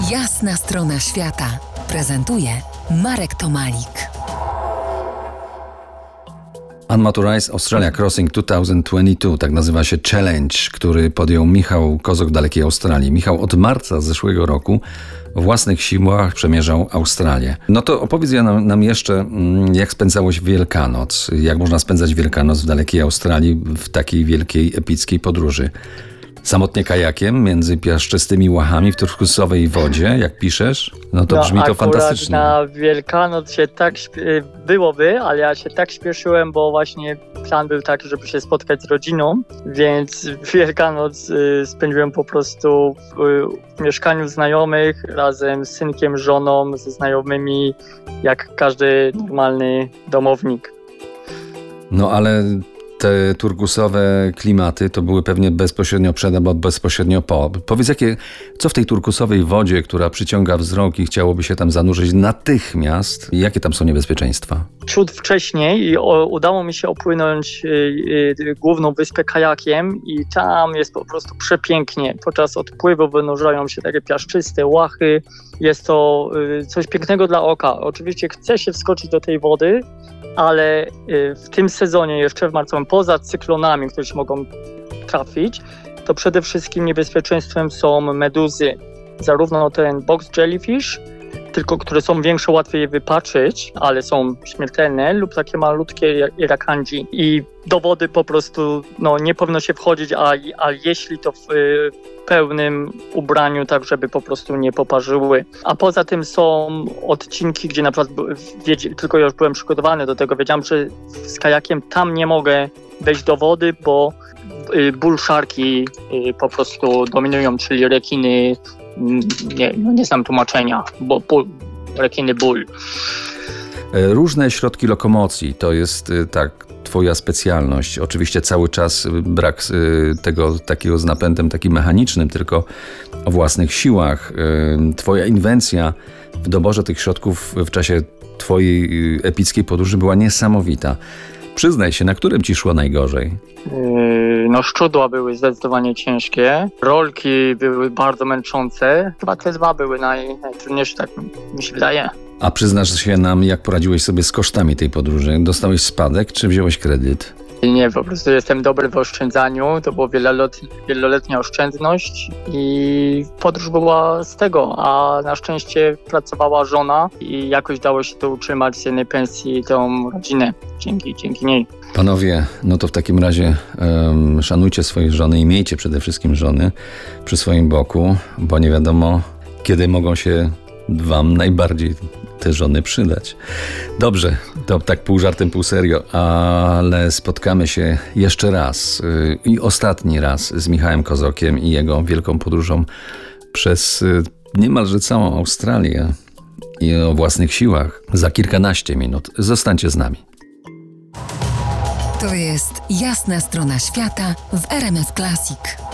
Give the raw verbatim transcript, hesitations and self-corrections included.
Jasna strona świata prezentuje Marek Tomalik. Unmotorized Australia Crossing dwa tysiące dwudziesty drugi, tak nazywa się challenge, który podjął Michał Kozok w dalekiej Australii. Michał od marca zeszłego roku o własnych siłach przemierzał Australię. No to opowiedz nam, nam jeszcze, jak spędzałeś Wielkanoc, jak można spędzać Wielkanoc w dalekiej Australii w takiej wielkiej, epickiej podróży. Samotnie kajakiem między piaszczystymi łachami w turkusowej wodzie, jak piszesz? No to brzmi no, to fantastycznie. Na Wielkanoc się tak śpie- byłoby, ale ja się tak śpieszyłem, bo właśnie plan był taki, żeby się spotkać z rodziną, więc Wielkanoc y, spędziłem po prostu w, w mieszkaniu znajomych razem z synkiem, żoną, ze znajomymi, jak każdy normalny domownik. No ale te turkusowe klimaty to były pewnie bezpośrednio przed albo bezpośrednio po. Powiedz, jakie, co w tej turkusowej wodzie, która przyciąga wzrok i chciałoby się tam zanurzyć natychmiast, jakie tam są niebezpieczeństwa? Ciut wcześniej i o, udało mi się opłynąć y, y, główną wyspę kajakiem i tam jest po prostu przepięknie. Podczas odpływu wynurzają się takie piaszczyste łachy. Jest to y, coś pięknego dla oka. Oczywiście chce się wskoczyć do tej wody, ale w tym sezonie, jeszcze w marcu, poza cyklonami, które się mogą trafić, to przede wszystkim niebezpieczeństwem są meduzy. Zarówno ten box jellyfish, tylko które są większe, łatwiej je wypatrzyć, ale są śmiertelne, lub takie malutkie irakandzi. I do wody po prostu no, nie powinno się wchodzić, a, a jeśli to w y, pełnym ubraniu, tak żeby po prostu nie poparzyły. A poza tym są odcinki, gdzie na przykład wiedzie, tylko ja już byłem przygotowany do tego, wiedziałem, że z kajakiem tam nie mogę wejść do wody, bo y, bull sharki y, po prostu dominują, czyli rekiny. Nie, no nie znam tłumaczenia, bo ból, rekiny ból. Różne środki lokomocji, to jest tak twoja specjalność. Oczywiście cały czas brak tego takiego z napędem takim mechanicznym, tylko o własnych siłach. Twoja inwencja w doborze tych środków w czasie twojej epickiej podróży była niesamowita. Przyznaj się, na którym ci szło najgorzej? Yy, no szczudła były zdecydowanie ciężkie, rolki były bardzo męczące, chyba te dwa były naj, najtrudniejsze, tak mi się wydaje. A przyznasz się nam, jak poradziłeś sobie z kosztami tej podróży? Dostałeś spadek, czy wziąłeś kredyt? Nie, po prostu jestem dobry w oszczędzaniu, to była wieloletnia, wieloletnia oszczędność i podróż była z tego, a na szczęście pracowała żona i jakoś dało się to utrzymać z jednej pensji tą rodzinę, dzięki, dzięki niej. Panowie, no to w takim razie um, szanujcie swoje żony i miejcie przede wszystkim żony przy swoim boku, bo nie wiadomo, kiedy mogą się wam najbardziej te żony przydać. Dobrze, to tak pół żartem, pół serio, ale spotkamy się jeszcze raz yy, i ostatni raz z Michałem Kozokiem i jego wielką podróżą przez yy, niemalże całą Australię i o własnych siłach za kilkanaście minut. Zostańcie z nami. To jest Jasna strona świata w R M F Classic.